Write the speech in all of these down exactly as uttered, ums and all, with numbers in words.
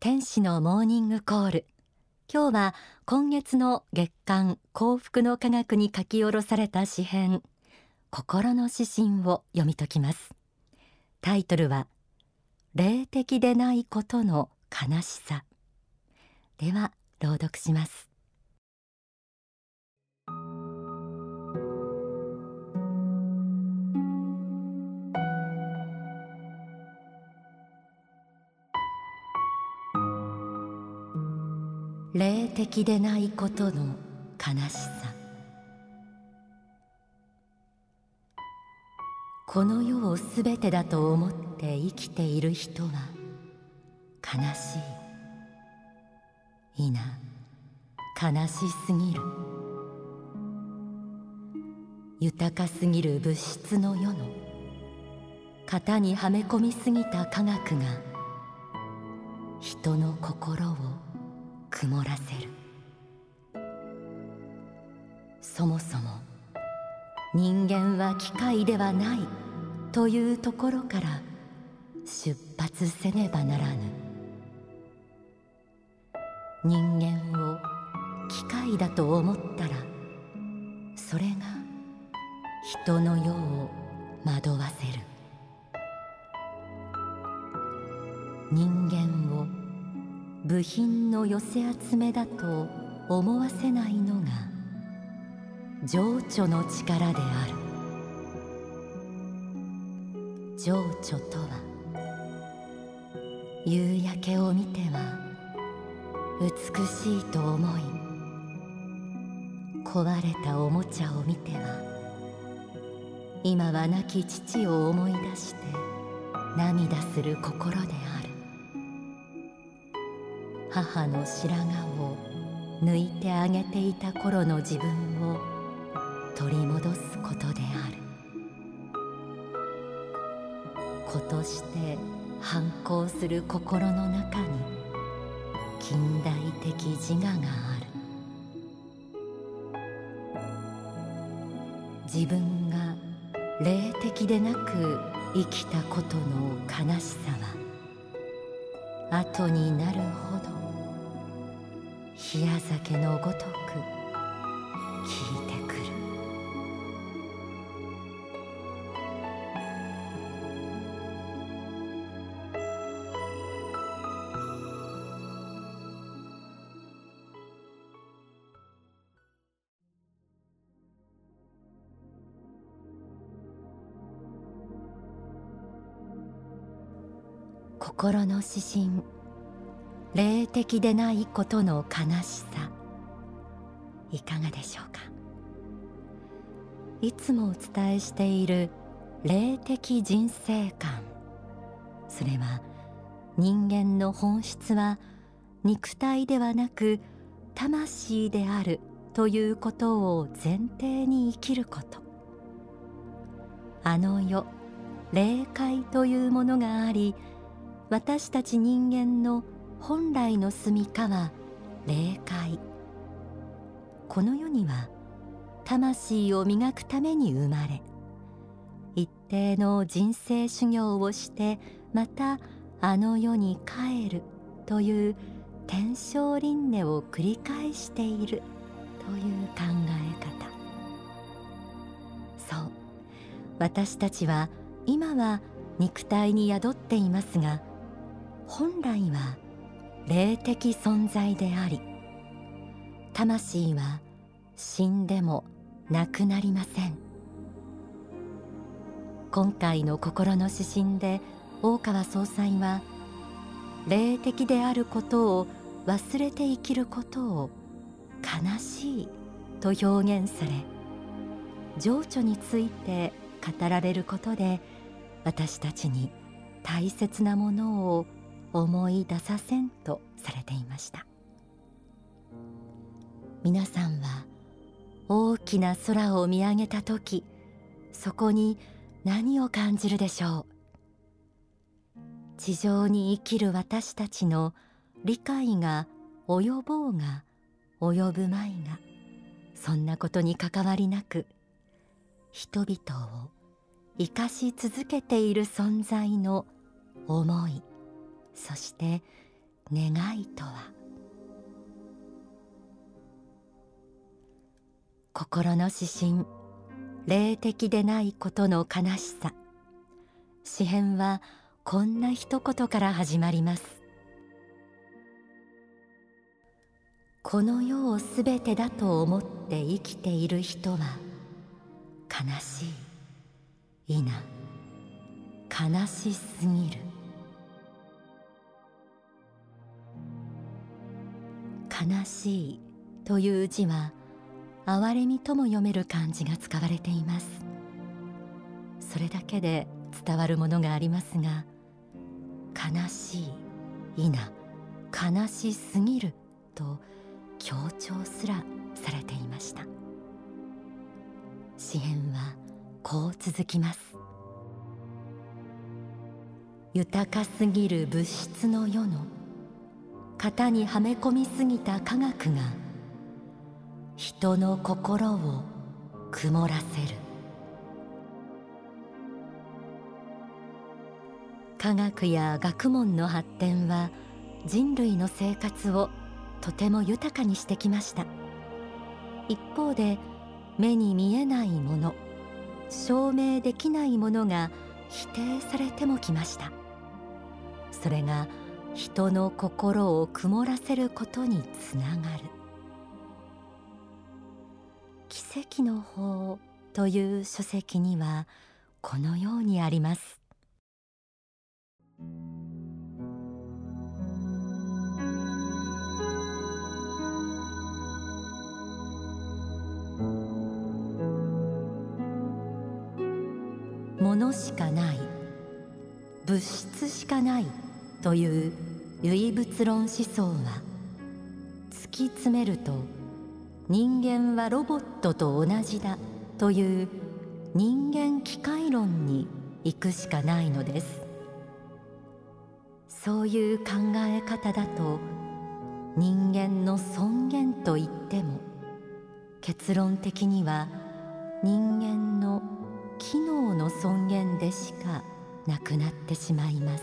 天使のモーニングコール。今日は今月の月刊幸福の科学に書き下ろされた詩編、心の指針を読み解きます。タイトルは霊的でないことの悲しさ。では朗読します。霊的でないことの悲しさ。この世をすべてだと思って生きている人は悲しい。いな、悲しすぎる。豊かすぎる物質の世の型にはめ込みすぎた科学が人の心を曇らせる。そもそも人間は機械ではないというところから出発せねばならぬ。人間を機械だと思ったら、それが人の世を惑わせる。人間を部品の寄せ集めだと思わせないのが情緒の力である。情緒とは、夕焼けを見ては美しいと思い、壊れたおもちゃを見ては今は亡き父を思い出して涙する心である。母の白髪を抜いてあげていた頃の自分を取り戻すことである。子として反抗する心の中に近代的自我がある。自分が霊的でなく生きたことの悲しさは後になるほど冷や酒のごとく効いてくる。心の指針、霊的でないことの悲しさ、いかがでしょうか。いつもお伝えしている霊的人生観、それは人間の本質は肉体ではなく魂であるということを前提に生きること。あの世、霊界というものがあり、私たち人間の本来の住処は霊界。この世には魂を磨くために生まれ、一定の人生修行をしてまたあの世に帰るという天正輪廻を繰り返しているという考え方。そう、私たちは今は肉体に宿っていますが、本来は霊的存在であり、魂は死んでもなくなりません。今回の心の指針で大川総裁は、霊的であることを忘れて生きることを悲しいと表現され、情緒について語られることで私たちに大切なものを思い出させんとされていました。皆さんは大きな空を見上げたとき、そこに何を感じるでしょう。地上に生きる私たちの理解が及ぼうが及ぶまいが、そんなことに関わりなく、人々を生かし続けている存在の思い、そして願いとは。心の指針、霊的でないことの悲しさ。詩編はこんな一言から始まります。この世をすべてだと思って生きている人は悲しい、いな、悲しすぎる。悲しいという字は哀れみとも読める漢字が使われています。それだけで伝わるものがありますが、悲しい、いな、悲しすぎると強調すらされていました。詩編はこう続きます。豊かすぎる物質の世の型にはめ込みすぎた科学が人の心を曇らせる。科学や学問の発展は人類の生活をとても豊かにしてきました。一方で目に見えないもの、証明できないものが否定されてもきました。それが人の心を曇らせることにつながる。奇跡の法という書籍にはこのようにあります。物しかない、物質しかないという唯物論思想は、突き詰めると人間はロボットと同じだという人間機械論に行くしかないのです。そういう考え方だと人間の尊厳といっても、結論的には人間の機能の尊厳でしかなくなってしまいます。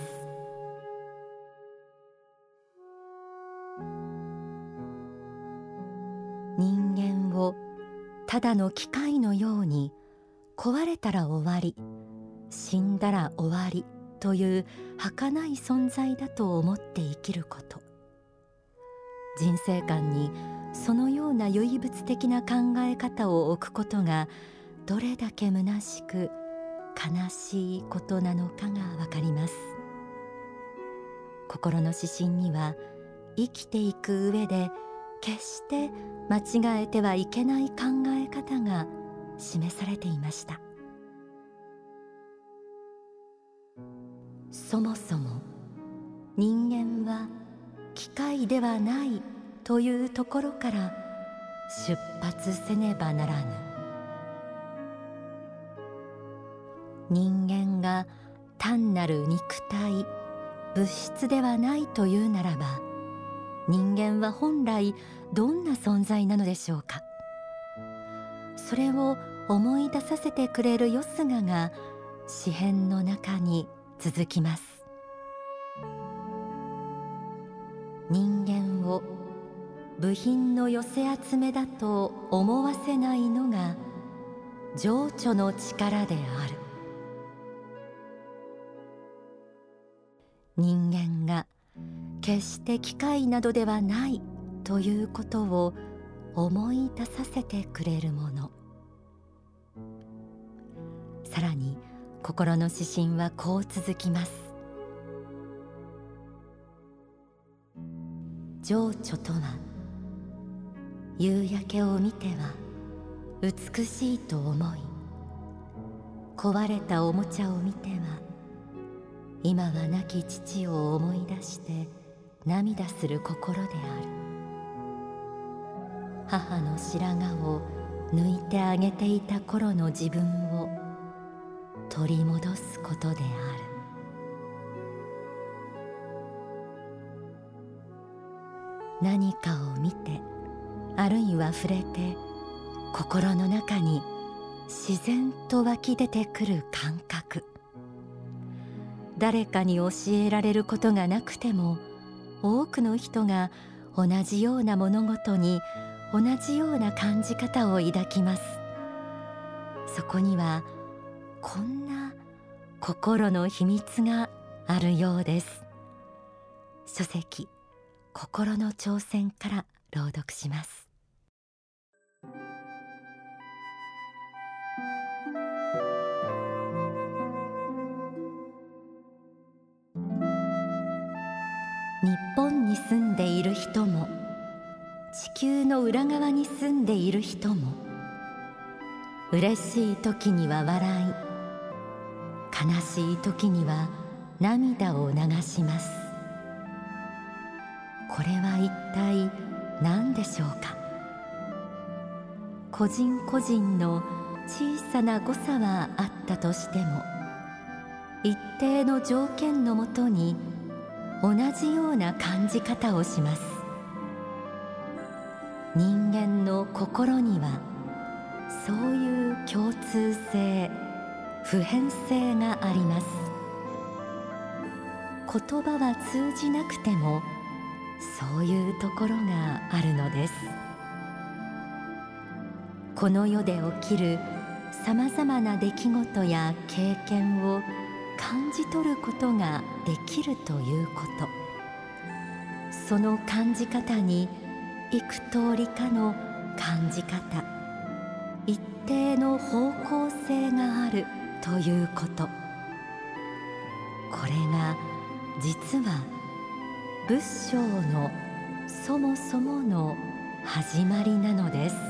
人間をただの機械のように壊れたら終わり、死んだら終わりという儚い存在だと思って生きること、人生観にそのような唯物的な考え方を置くことがどれだけ虚しく悲しいことなのかがわかります。心の指針には、生きていく上で決して間違えてはいけない考え方が示されていました。そもそも人間は機械ではないというところから出発せねばならぬ。人間が単なる肉体、物質ではないというならば、人間は本来どんな存在なのでしょうか。それを思い出させてくれるよすがが詩編の中に続きます。人間を部品の寄せ集めだと思わせないのが情緒の力である。人間が決して機械などではないということを思い出させてくれるもの。さらに心の指針はこう続きます。情緒とは、夕焼けを見ては美しいと思い、壊れたおもちゃを見ては今は亡き父を思い出して涙する心である。母の白髪を抜いてあげていた頃の自分を取り戻すことである。何かを見て、あるいは触れて、心の中に自然と湧き出てくる感覚。誰かに教えられることがなくても、 多くの人が同じような物事に同じような感じ方を抱きます。そこにはこんな心の秘密があるようです。書籍心の挑戦から朗読します。日本に住んでいる人も、地球の裏側に住んでいる人も、嬉しい時には笑い、悲しい時には涙を流します。これは一体何でしょうか。個人個人の小さな誤差はあったとしても、一定の条件のもとに同じような感じ方をします。人間の心にはそういう共通性、普遍性があります。言葉は通じなくてもそういうところがあるのです。この世で起きるさまざまな出来事や経験を感じ取ることができるということ、その感じ方に幾通りかの感じ方、一定の方向性があるということ、これが実は仏性のそもそもの始まりなのです。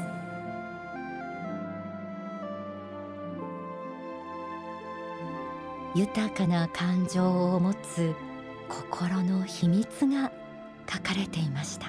豊かな感情を持つ心の秘密が書かれていました。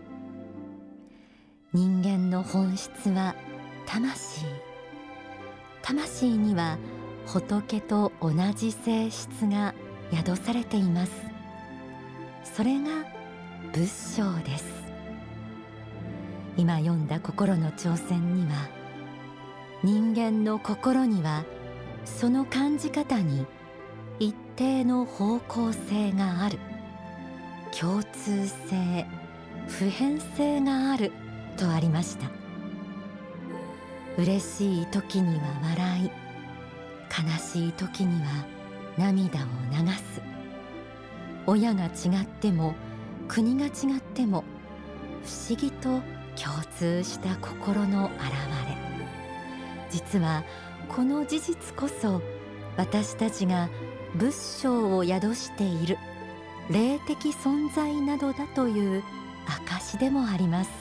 人間の本質は魂。魂には仏と同じ性質が宿されています。それが仏性です。今読んだ心の挑戦には、人間の心にはその感じ方に一定の方向性がある、共通性、普遍性があるとありました。嬉しい時には笑い、悲しい時には涙を流す。親が違っても国が違っても不思議と共通した心の表れ。実はこの事実こそ私たちが仏性を宿している霊的存在などだという証でもあります。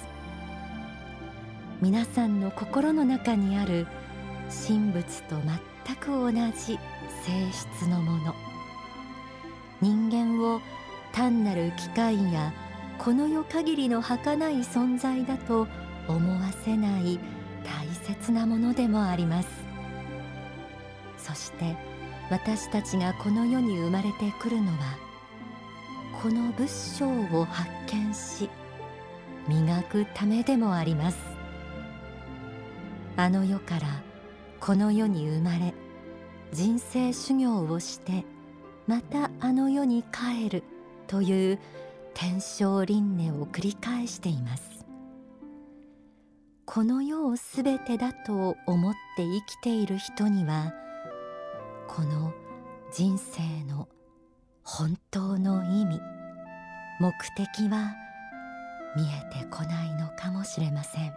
皆さんの心の中にある神仏と全く同じ性質のもの、人間を単なる機械やこの世限りの儚い存在だと思わせない大切なものでもあります。そして私たちがこの世に生まれてくるのは、この仏性を発見し磨くためでもあります。あの世からこの世に生まれ、人生修行をしてまたあの世に帰るという天正輪廻を繰り返しています。この世をすべてだと思って生きている人には、この人生の本当の意味、目的は見えてこないのかもしれません。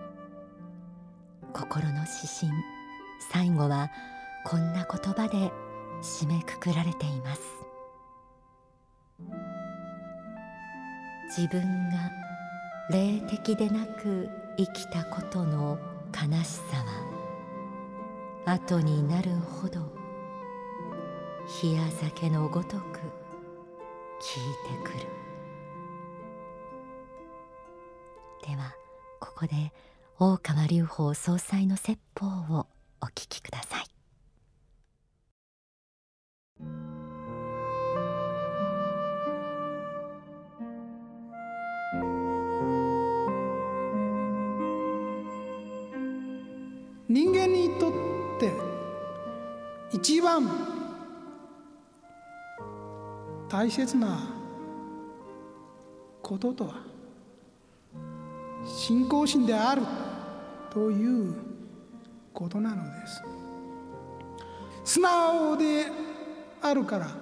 心の指針、最後はこんな言葉で締めくくられています。自分が霊的でなく生きたことの悲しさは後になるほど冷や酒のごとく効いてくる。ではここで大川隆法総裁の説法をお聞きください。 人間にとって一番大切なこととは信仰心であるということなのです。素直であるから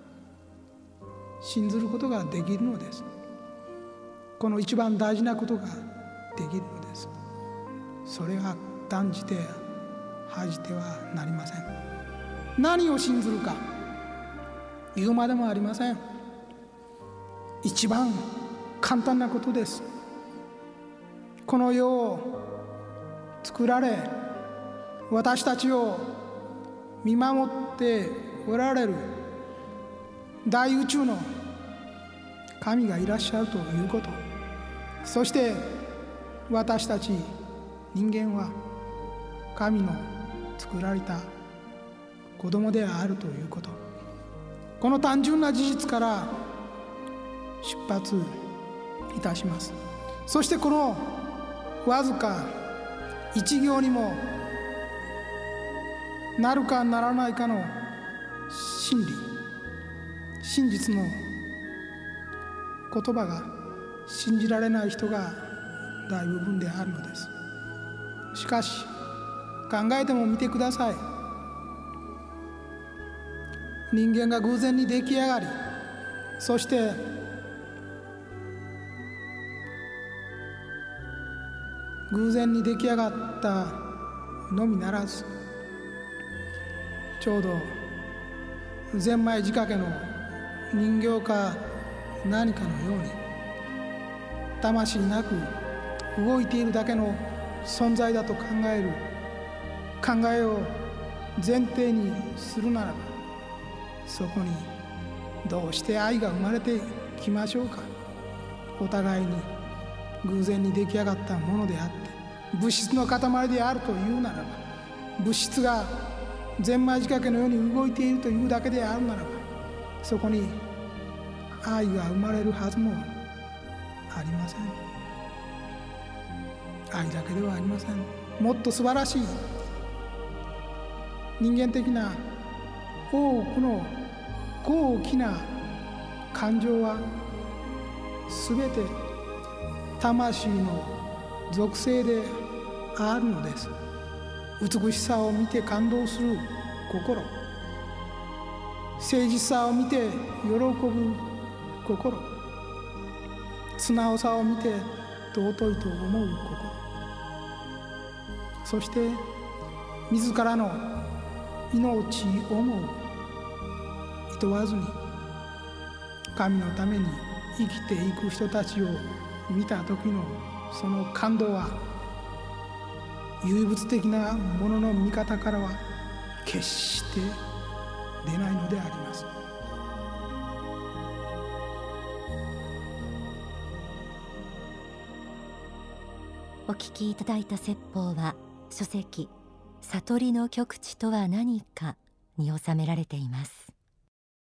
信ずることができるのです。この一番大事なことができるのです。それは断じて恥じてはなりません。何を信ずるか言うまでもありません。一番簡単なことです。この世を作られ私たちを見守っておられる大宇宙の神がいらっしゃるということ、そして私たち人間は神の作られた子供であるということ、この単純な事実から出発いたします。そしてこのわずか一行にもなるかならないかの真理真実の言葉が信じられない人が大部分であるのです。しかし考えてもみてください。人間が偶然に出来上がり、そして偶然に出来上がったのみならず、ちょうどゼンマイ仕掛けの人形か何かのように魂なく動いているだけの存在だと考える考えを前提にするならば、そこにどうして愛が生まれてきましょうか。お互いに偶然に出来上がったものであって物質の塊であるというならば、物質がゼンマイ仕掛けのように動いているというだけであるならば、そこに愛が生まれるはずもありません。愛だけではありません。もっと素晴らしい人間的な多くの高貴な感情はすべて魂の属性であるのです。美しさを見て感動する心、誠実さを見て喜ぶ心、素直さを見て尊いと思う心、そして自らの命をもいとわずに神のために生きていく人たちを見た時のその感動は唯物的なものの見方からは決して出ないのであります。 お聞きいただいた説法は書籍「悟りの極地とは何か」に収められています。